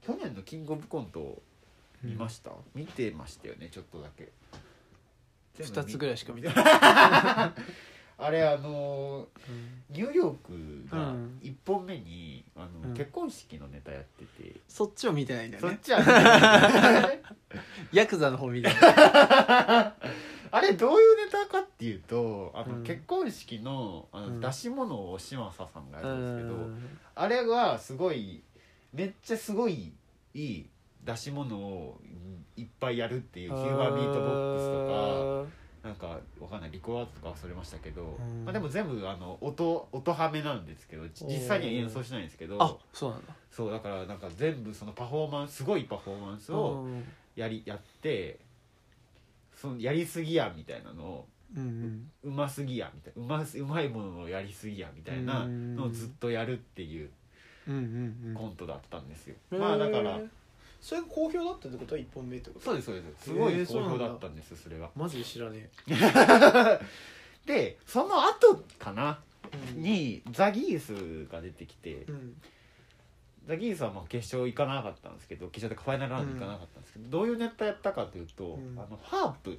去年のキングオブコント見ました、見てましたよねちょっとだけ。 2つぐらいしか見てないあれニューヨークが1本目に結婚式のネタやってて、 そっちを見てないんだよね。 そっちは見てないヤクザの方見てないあれどういうネタかっていうと結婚式の出し物を嶋佐さんがやるんですけど、あれはすごいめっちゃすごいいい出し物をいっぱいやるっていうヒューマンビートボックスとかなんかわかんないリコーダーとか忘れましたけど、まあ、でも全部音はめなんですけど実際には演奏しないんですけど、 あ、そうなんだ。 そうだからなんか全部そのパフォーマンスすごいパフォーマンスをやってそのやりすぎやみたいなのを、うますぎやみたいなうまいものをやりすぎやみたいなのをずっとやるっていうコントだったんですよ。まあだからそれが好評だったってことは1本目ってこと？ そうですそうです。すごい好評だったんですよそれが。 マジで知らねえでその後かな、にザギースが出てきて、ザギースはまあ決勝行かなかったんですけど、決勝でファイナルラウンド行かなかったんですけど、どういうネタやったかというと、ハープ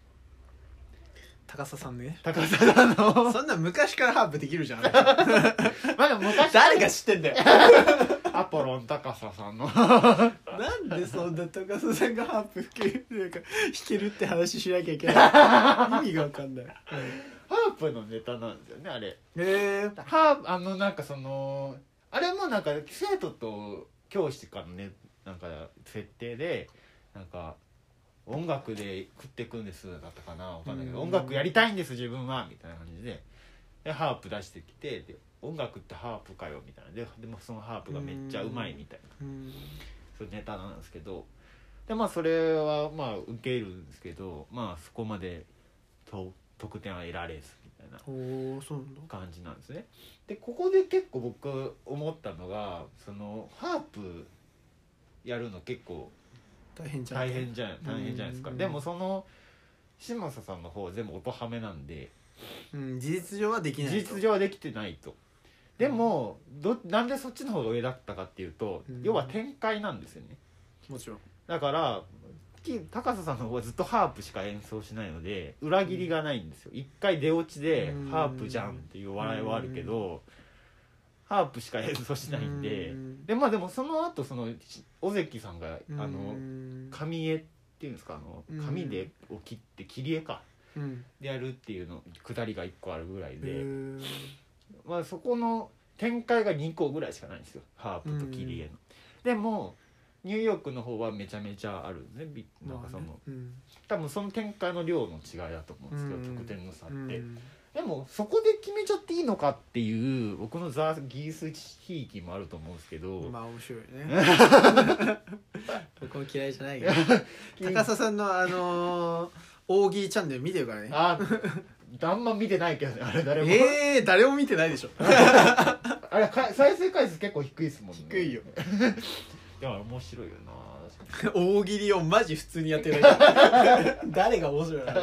高佐さんね。 高佐さんのそんな昔からハープできるじゃんまあでも昔誰が知ってんだよアポロン高佐さんのなんでそんな高佐さんがハープ弾けるって話しなきゃいけない意味が分かんない、 ハープのネタなんですよねあれ。 へえ。 なんかそのあれもなんか生徒と教師からのねなんか設定でなんか音楽で食っていくんですだったかなわかんないけど、音楽やりたいんです自分はみたいな感じでハープ出してきて、で音楽ってハープかよみたいなでもそのハープがめっちゃうまいみたいなそういうネタなんですけど、でまあそれはまあ受けるんですけど、まあそこまで得点は得られずみたいな感じなんですね。でここで結構僕思ったのがそのハープやるの結構大変じゃないですか。でもその嶋佐さんの方は全部音はめなんで、 事実上はできないと。 事実上はできてないと。でもなんでそっちの方が上だったかっていうと、要は展開なんですよね。 もちろんだから高佐さんの方はずっとハープしか演奏しないので裏切りがないんですよ。一回出落ちでハープじゃんっていう笑いはあるけどハープしか演奏しないんで、でまあでもその後その尾関さんが紙絵っていうんですか紙でを切って切り絵か、でやるっていうのくだりが1個あるぐらいで、まあそこの展開が2個ぐらいしかないんですよハープと切り絵の。でもニューヨークの方はめちゃめちゃあるんですね。なんかその、多分その展開の量の違いだと思うんですけど、得点の差って。でもそこで決めちゃっていいのかっていう僕のザ・ギースひいきもあると思うんですけど、 まあ面白いね僕も嫌いじゃないけど高佐さんの大喜利チャンネル見てるからね。 あんま見てないけどねあれ誰も誰も見てないでしょあれ再生回数結構低いですもんね。 低いよいや面白いよな大喜利をマジ普通にやってるだけ誰が面白いの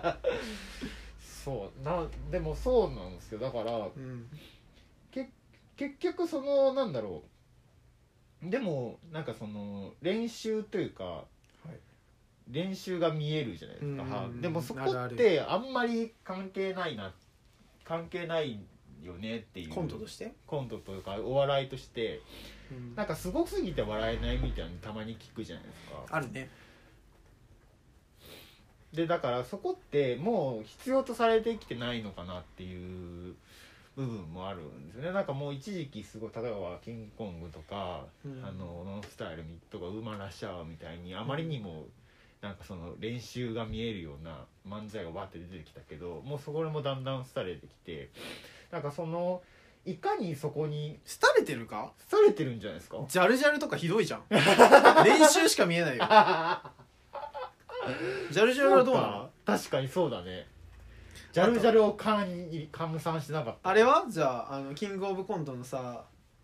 でもそうなんですよ。だから、結局そのなんだろう、でもなんかその練習というか、練習が見えるじゃないですか。でもそこってあんまり関係ないよねっていう。 コントというかお笑いとして、なんかすごすぎて笑えないみたいなのたまに聞くじゃないですか。 あるね。 でだからそこってもう必要とされてきてないのかなっていう部分もあるんですよね。なんかもう一時期すごい例えばキングコングとか、ノンスタイルとかウーマンラッシャーみたいにあまりにもなんかその練習が見えるような漫才がわって出てきたけど、もうそこもだんだん廃れてきて、なんかそのいかにそこに廃れてるか？ 廃れてるんじゃないですか。 ジャルジャルとかひどいじゃん練習しか見えないよジャルジャルはどうなの？ 確かにそうだね。ジャルジャルを換算してなかった。 あれはじゃあキングオブコントのさ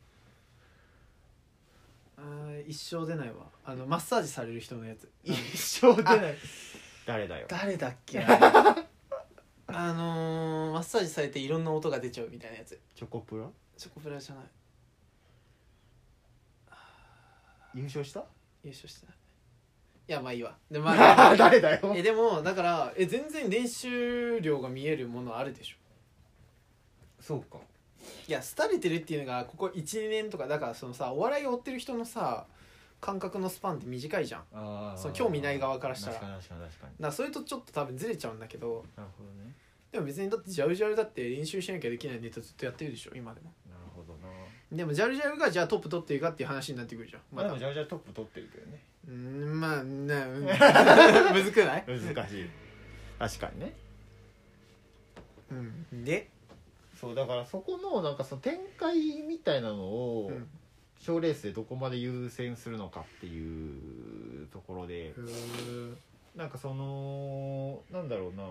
一生出ないわマッサージされる人のやつ一生出ない誰だよ。 誰だっけマッサージされていろんな音が出ちゃうみたいなやつ。 チョコプラじゃない優勝した優勝した。いやまあいいわ。でまあ誰だよ。 でもだから全然練習量が見えるものあるでしょ。 そうか。 いや廃れてるっていうのがここ 1,2 年とかだからそのさお笑いを追ってる人のさ感覚のスパンって短いじゃん。 あその興味ない側からしたら確かに確かに確かに。 だからそれとちょっと多分ずれちゃうんだけど、 なるほどね。 でも別にだってジャルジャルだって練習しなきゃできないネタずっとやってるでしょ今でも。 なるほどな。 でもジャルジャルがじゃあトップ取ってるかっていう話になってくるじゃん。 まあでもジャルジャルトップ取ってるけどね。 まあむずくない？ 難しい。確かにね。 でそうだからそこのなんかその展開みたいなのを賞レースでどこまで優先するのかっていうところで、なんかそのなんだろうな、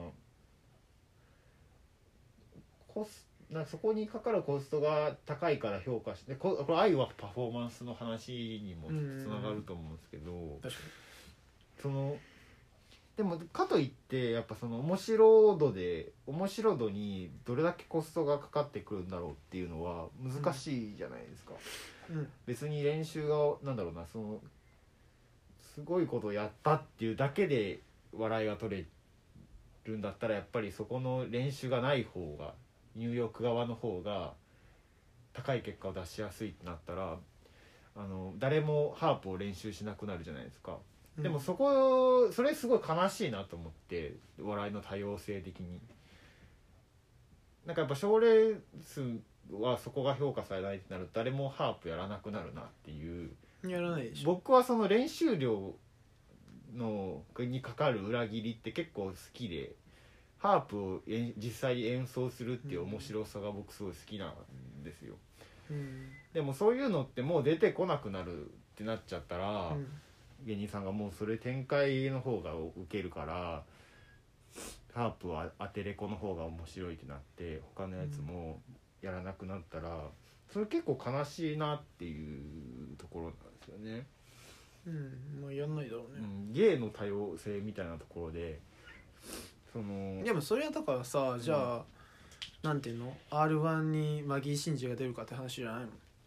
なんかそこにかかるコストが高いから評価して、これ愛はパフォーマンスの話にもつながると思うんですけど、 確かそのでもかといってやっぱその面白度にどれだけコストがかかってくるんだろうっていうのは難しいじゃないですか、別に練習がなんだろうな、そのすごいことをやったっていうだけで笑いが取れるんだったらやっぱりそこの練習がない方がニューヨーク側の方が高い結果を出しやすいってなったら誰もハープを練習しなくなるじゃないですか。でもそれすごい悲しいなと思って、笑いの多様性的になんかやっぱ賞レースはそこが評価されないってなると誰もハープやらなくなるなっていう。 やらないでしょ。 僕はその練習量にかかる裏切りって結構好きで、ハープを実際に演奏するっていう面白さが僕すごい好きなんですよ、でもそういうのってもう出てこなくなるってなっちゃったら、芸人さんがもうそれ展開の方が受けるからハープはアテレコの方が面白いってなって他のやつもやらなくなったら、それ結構悲しいなっていうところなんですよね。 まあやんないだろうね、 芸の多様性みたいなところででもそれはだからさ、じゃあなんていうの R1 にマギー・シンジが出るかって話じゃないの。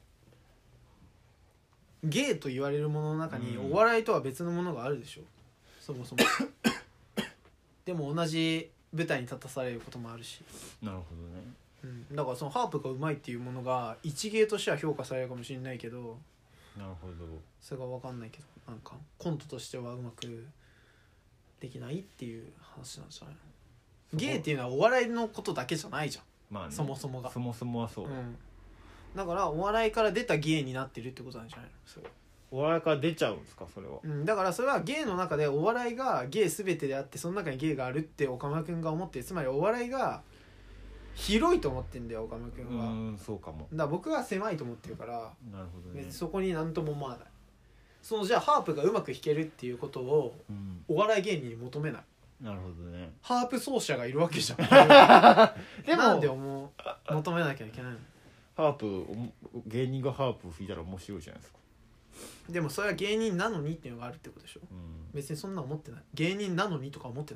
芸と言われるものの中にお笑いとは別のものがあるでしょ、そもそもでも同じ舞台に立たされることもあるし。 なるほどね、 だからそのハープがうまいっていうものが一芸としては評価されるかもしれないけど、 なるほど、 それが分かんないけどなんかコントとしてはうまくできないっていう話なんじゃないの。芸っていうのはお笑いのことだけじゃないじゃん、 まあね、 そもそもがそもそもはそう、 だからお笑いから出た芸になってるってことなんじゃないのそれは。 お笑いから出ちゃうんですかそれは、 だからそれは芸の中でお笑いが芸全てであってその中に芸があるって岡村君が思ってる、つまりお笑いが広いと思ってんだよ岡村君は。 そうかも。 だから僕は狭いと思ってるから、 なるほどね、 別にそこに何とも思わない。そのじゃあハープがうまく弾けるっていうことをお笑い芸人に求めない。 なるほどね。 ハープ奏者がいるわけじゃんでもなんで求めなきゃいけないの。 ハープ芸人がハープ弾いたら面白いじゃないですか。 でもそれは芸人なのにっていうのがあるってことでしょ、別にそんな思ってない。芸人なのにとか思ってない。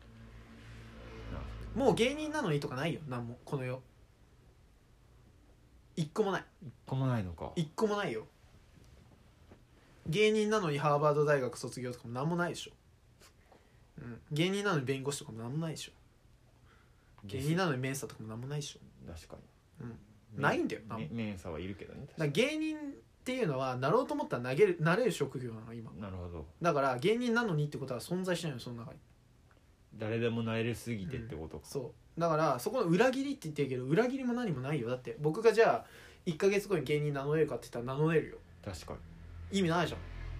もう芸人なのにとかないよ、なんもこの世一個もない。 一個もないのか。 一個もないよ。芸人なのにハーバード大学卒業とかもなんもないでしょ、芸人なのに弁護士とかもなんもないでしょ、芸人なのにメンサとかもなんもないでしょ。 確かに、 ないんだよ。 メンサはいるけどね。 だから芸人っていうのはなろうと思ったらなれる職業なの今。 なるほど。 だから芸人なのにってことは存在しないのその中に。 誰でもなれすぎてってことか、 そうだからそこの裏切りって言ってるけど裏切りも何もないよ。だって僕がじゃあ1ヶ月後に芸人名乗れるかって言ったら名乗れるよ。 確か意味ないじゃん。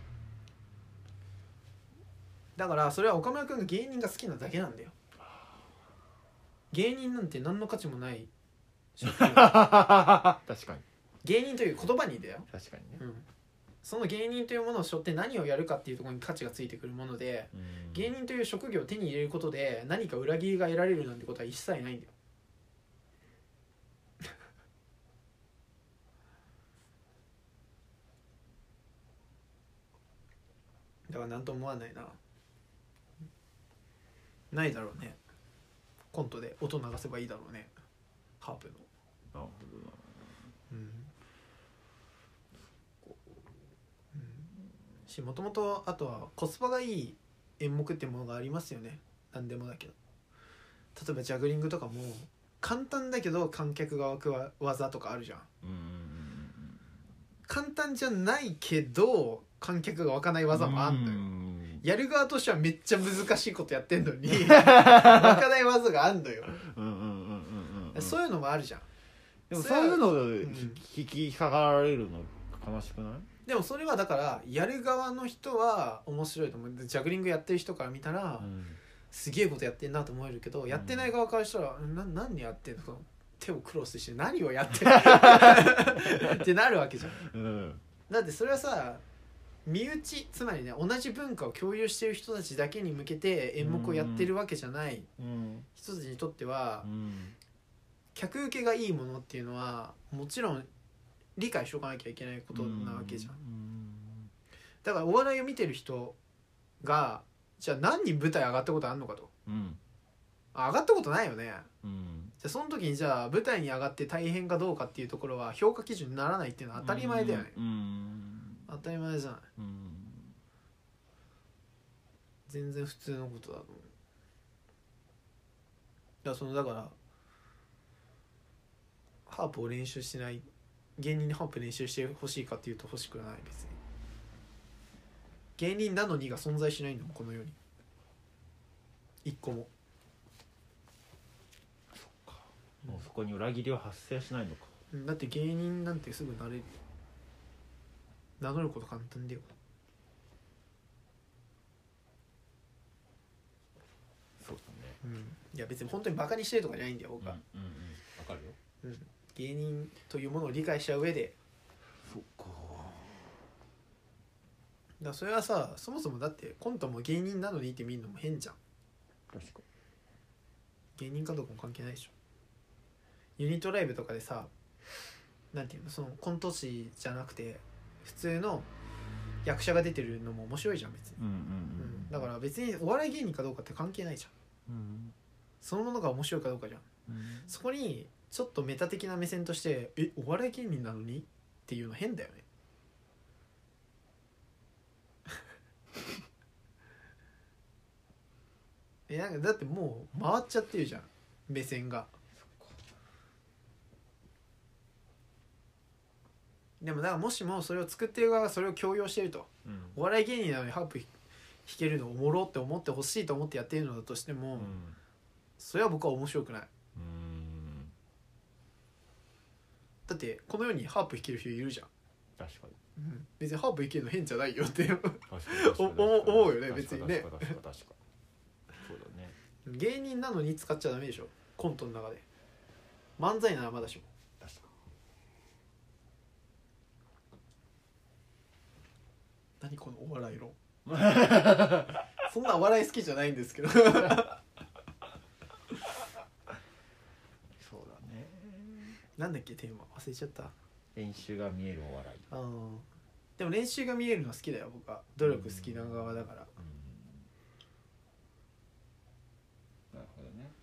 だからそれは岡村君が芸人が好きなだけなんだよ。芸人なんて何の価値もない確かに芸人という言葉にだよ。 確かにね、 その芸人というものを背負って何をやるかっていうところに価値がついてくるもので、芸人という職業を手に入れることで何か裏切りが得られるなんてことは一切ないんだよだから何とも思わないな。ないだろうね。コントで音流せばいいだろうね、ハープの。 なるほどな。 し、もともとあとはコスパがいい演目ってものがありますよね。何でもだけど、例えばジャグリングとかも簡単だけど観客が湧く技とかあるじゃん。簡単じゃないけど観客が湧かない技もあんのよ。やる側としてはめっちゃ難しいことやってんのに湧かない技があんのよ。そういうのもあるじゃん。 でもそういうの引き下がられるの悲しくない？ でもそれはだからやる側の人は面白いと思う。ジャグリングやってる人から見たら、すげえことやってんなと思えるけど、やってない側からしたら何やってんの、手をクロスして何をやってるってなるわけじゃん、だってそれはさ、身内、つまりね、同じ文化を共有している人たちだけに向けて演目をやってるわけじゃない人たちにとっては、客受けがいいものっていうのはもちろん理解しておかなきゃいけないことなわけじゃん。だからお笑いを見てる人がじゃあ何人舞台上がったことあんのかと、上がったことないよね、じゃあその時にじゃあ舞台に上がって大変かどうかっていうところは評価基準にならないっていうのは当たり前だよね、当たり前じゃない、全然普通のことだと思う。だからハープを練習しない芸人にハープ練習してほしいかっていうと欲しくない。別に芸人なのにが存在しないんだもんこの世に一個も。 そっか、もうそこに裏切りは発生しないのか。 だって芸人なんてすぐ名乗ること簡単だよ。 そうだね、 いや別に本当にバカにしてるとかじゃないんだよ僕は。 わかるよ、 芸人というものを理解した上で。 そっか。 だからそれはさ、そもそもだってコントも芸人なのにって見るのも変じゃん。 確か芸人かどうかも関係ないでしょ。ユニットライブとかでさ、なんていうの、そのコント師じゃなくて普通の役者が出てるのも面白いじゃん別に、だから別にお笑い芸人かどうかって関係ないじゃん、そのものが面白いかどうかじゃん、そこにちょっとメタ的な目線としてお笑い芸人なのにっていうの変だよねなんかだってもう回っちゃってるじゃん目線が。でもだからもしもそれを作ってる側がそれを強要してると、お笑い芸人なのにハープ弾けるのおもろって思ってほしいと思ってやってるのだとしても、それは僕は面白くない。だってこの世にハープ弾ける人いるじゃん。 確かに、 別にハープ弾けるの変じゃないよって思思うよね別にね。 確かそうだね。 芸人なのに使っちゃダメでしょコントの中で。漫才ならまだしも。 確か何このお笑い論そんなお笑い好きじゃないんですけどそうだね。 なんだっけテーマ忘れちゃった。 練習が見えるお笑い。 でも練習が見えるの好きだよ僕は。努力好きな側だから、 なるほどね。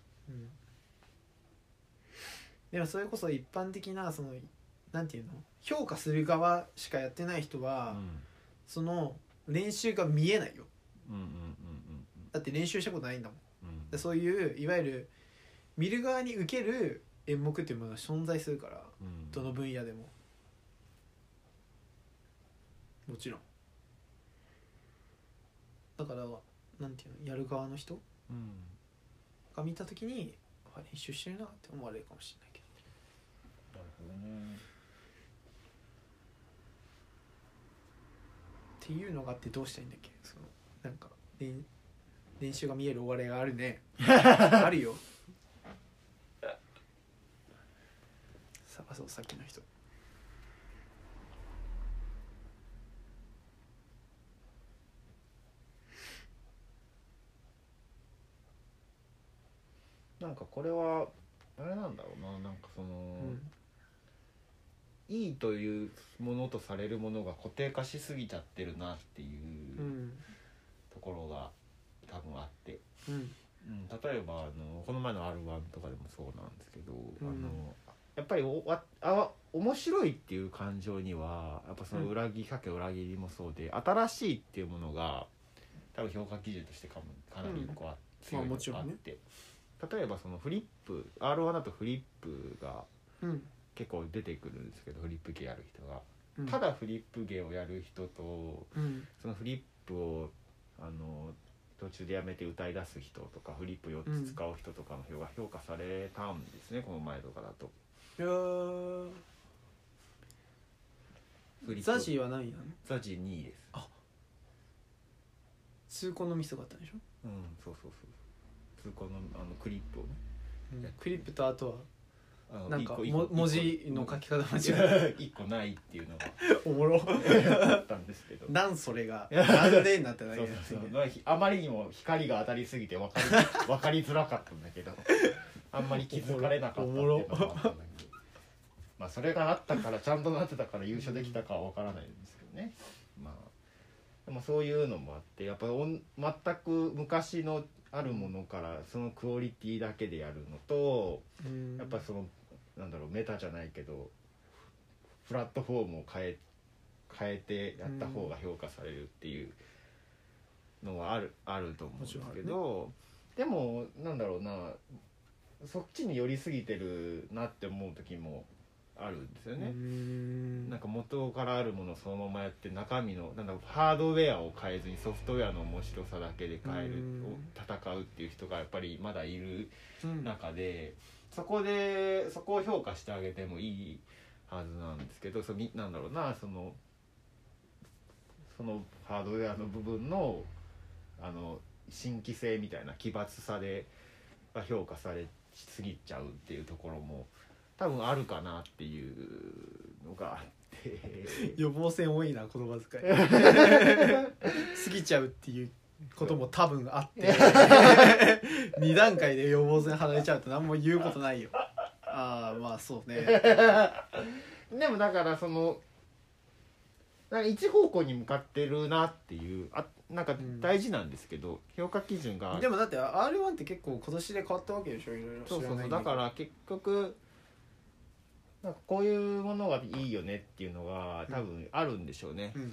でもそれこそ一般的なそのなんていうの、評価する側しかやってない人は、その練習が見えないよ、だって練習したことないんだもん、そういういわゆる見る側に受ける演目っていうものが存在するから、どの分野でももちろん。だからなんていうの、やる側の人が見た時に練習してるなって思われるかもしれないけど。 なるほどね。 っていうのがあってどうしたいんだっけ。そのなんか練習が見えるお笑いがあるねあるよ。探そうさっきの人。 なんかこれはあれなんだろうな、なんかその、いいというものとされるものが固定化しすぎちゃってるなっていうところが多分あって、例えばこの前の R1 とかでもそうなんですけど、やっぱり面白いっていう感情にはやっぱその裏切りかけ裏切りもそうで、新しいっていうものが多分評価基準としてかなりこう強いのがあって、例えばそのフリップ R1 だとフリップが結構出てくるんですけど、フリップ芸やる人が、ただフリップ芸をやる人と、そのフリップを途中でやめて歌い出す人とかフリップ4つ使う人とかのが評価されたんですね、この前とかだと。 いやザジーは何位なの？ ザジー2位です。 あ、通行のミスがあったんでしょ？ うん、そう通行のクリップをね、 クリップとあとはなんか一個文字の書き方間違え 1個ないっていうのがおもろあったんですけどなんそれがなんでになってないそうあまりにも光が当たりすぎて分かりづらかったんだけどあんまり気づかれなかったっていうのがあったんだけどまあそれがあったからちゃんとなってたから優勝できたかは分からないんですけどね。まあでもそういうのもあってやっぱ全く昔のあるものからそのクオリティだけでやるのと、やっぱそのなんだろうメタじゃないけどプラットフォームを変えてやった方が評価されるっていうのはあると思うんですけど、でもなんだろうな、そっちに寄りすぎてるなって思う時もあるんですよね。なんか元からあるものをそのままやって中身のなんだろうハードウェアを変えずにソフトウェアの面白さだけで変える戦うっていう人がやっぱりまだいる中で、そこを評価してあげてもいいはずなんですけど、なんだろうな、そのハードウェアの部分の新規性みたいな奇抜さで評価されすぎちゃうっていうところも多分あるかなっていうのがあって予防線多いな言葉遣い過ぎちゃうっていうことも多分あって2段階で予防線離れちゃうと何も言うことないよ。ああまあそうねでもだからなんか一方向に向かってるなっていうなんか大事なんですけど、評価基準がでもだって R1 って結構今年で変わったわけでしょ、いろいろ。 そうだから結局なんかこういうものがいいよねっていうのが多分あるんでしょうね、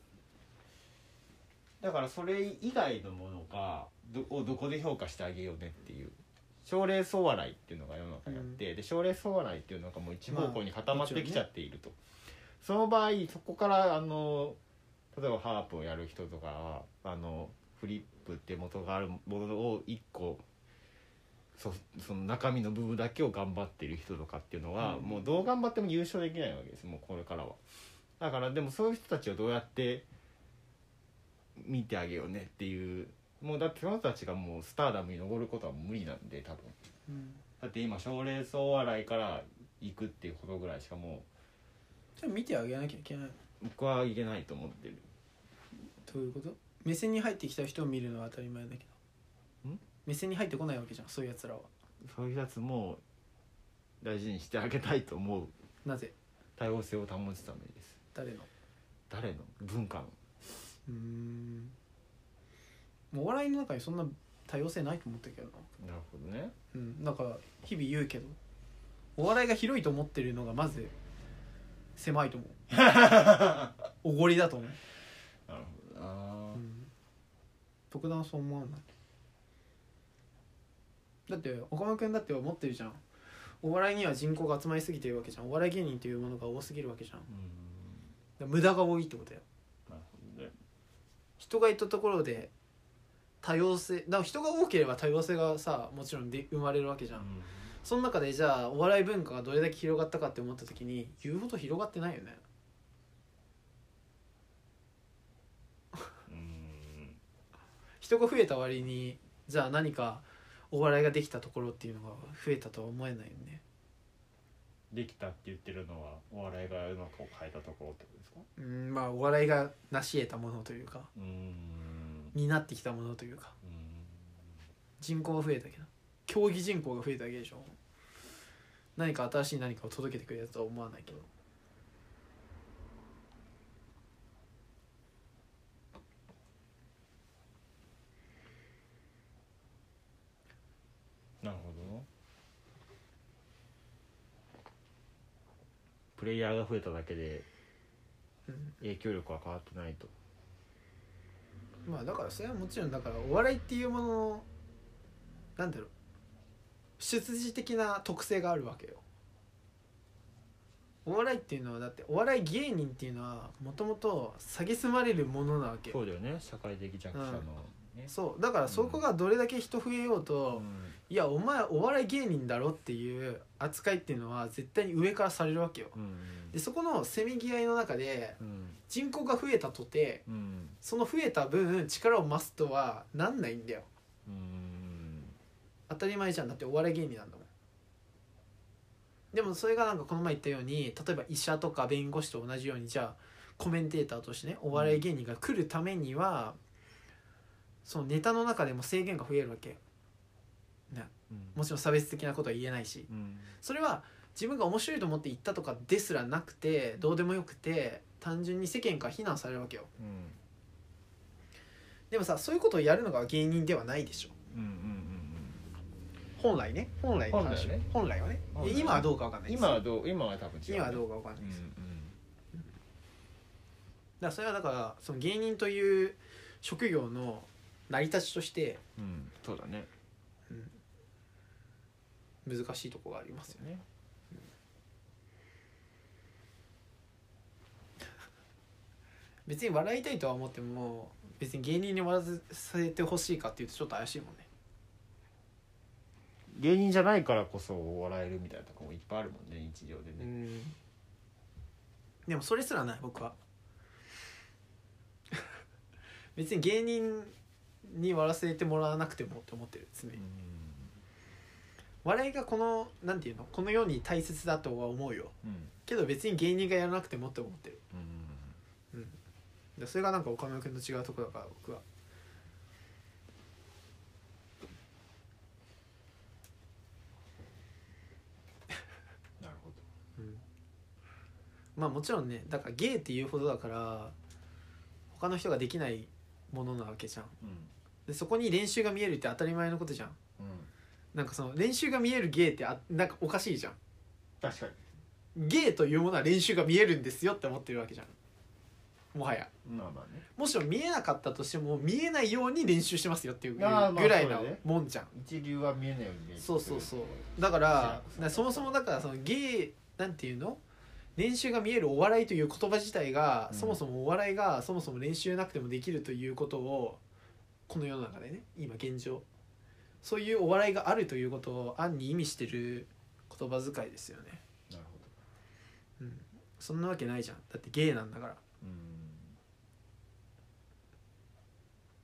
だからそれ以外のものをどこで評価してあげようねっていう賞レースお笑いっていうのが世の中にあって、で賞レースお笑いっていうのがもう一方向に固まってきちゃっていると、その場合そこから例えばハープをやる人とかフリップって元があるものを1個その中身の部分だけを頑張ってる人とかっていうのは、もうどう頑張っても優勝できないわけです。もうこれからはだからでもそういう人たちをどうやって見てあげようねっていう、もうだってその人たちがもうスターダムに上ることは無理なんで多分、だって今賞レースお笑いから行くっていうことぐらいしかもうじゃあ見てあげなきゃいけない。 僕はいけないと思ってる。 どういうこと？目線に入ってきた人を見るのは当たり前だけど目線に入ってこないわけじゃん、そういうやつらは。 そういうやつも大事にしてあげたいと思う。 なぜ？ 多様性を保つためです。 誰の文化の。 もうお笑いの中にそんな多様性ないと思ったけどな。 なるほどね。 なんか日々言うけどお笑いが広いと思ってるのがまず狭いと思うおごりだと思う。 なるほどな。 特段そう思わない。だって岡村君だって思ってるじゃん、お笑いには人口が集まりすぎてるわけじゃん、お笑い芸人というものが多すぎるわけじゃん、無駄が多いってことや。 なるほどね。 人がいたところで多様性だから、人が多ければ多様性がさもちろんで生まれるわけじゃん、その中でじゃあお笑い文化がどれだけ広がったかって思った時に言うほど広がってないよね。人が増えた割にじゃあ何かお笑いができたところっていうのが増えたとは思えないよね。 できたって言ってるのはお笑いが世の中を変えたところってことですか？ まあお笑いが成し得たものというかになってきたものというか、人口が増えたけど競技人口が増えたわけでしょ。何か新しい何かを届けてくるやつとは思わないけど。 なるほど。 プレイヤーが増えただけでうん影響力は変わってないと。 まあだからそれはもちろんだからお笑いっていうもののなんだろう出自的な特性があるわけよ。お笑いっていうのはだってお笑い芸人っていうのはもともと蔑まれるものなわけよ。 そうだよね、社会的弱者の、ね、 そうだからそこがどれだけ人増えようと、いやお前お笑い芸人だろっていう扱いっていうのは絶対に上からされるわけよ。でそこのせめぎ合いの中で人口が増えたとて、その増えた分力を増すとはなんないんだよ。当たり前じゃん、だってお笑い芸人なんだもん。でもそれがなんかこの前言ったように、例えば医者とか弁護士と同じようにじゃあコメンテーターとしてねお笑い芸人が来るためには、そのネタの中でも制限が増えるわけ、ね、もちろん差別的なことは言えないし、それは自分が面白いと思って言ったとかですらなくてどうでもよくて単純に世間から非難されるわけよ。でもさそういうことをやるのが芸人ではないでしょ。本来ね、本来の話ね、本来はね、今はどうかわかんないです。 今は多分違う、 今はどうかわかんないです。だからそれはだからその芸人という職業の成り立ちとして、 そうだね、 難しいところがありますよね。別に笑いたいとは思っても別に芸人に笑わせてほしいかっていうとちょっと怪しいもんね。 芸人じゃないからこそ笑えるみたいなとこもいっぱいあるもんね、日常でね。 でもそれすらない僕は別に芸人に笑わせてもらわなくてもって思ってる常に。笑いがこのなんていうのこの世に大切だとは思うよ、けど別に芸人がやらなくてもって思ってる。それがなんか岡村君と違うところだから僕は。 なるほど。 まあもちろんねだから芸っていうほどだから他の人ができないものなわけじゃん、でそこに練習が見えるって当たり前のことじゃん、なんかその練習が見える芸ってなんかおかしいじゃん。 確かに芸というものは練習が見えるんですよって思ってるわけじゃんもはや。 まあまあね、 もちろん見えなかったとしても見えないように練習してますよっていうぐらいなもんじゃん。 一流は見えないように。 そうだからそもそもだからその芸なんていうの練習が見えるお笑いという言葉自体が、そもそもお笑いがそもそも練習なくてもできるということをこの世の中でね今現状そういうお笑いがあるということを暗に意味してる言葉遣いですよね。 なるほど。 そんなわけないじゃん、だって芸なんだから。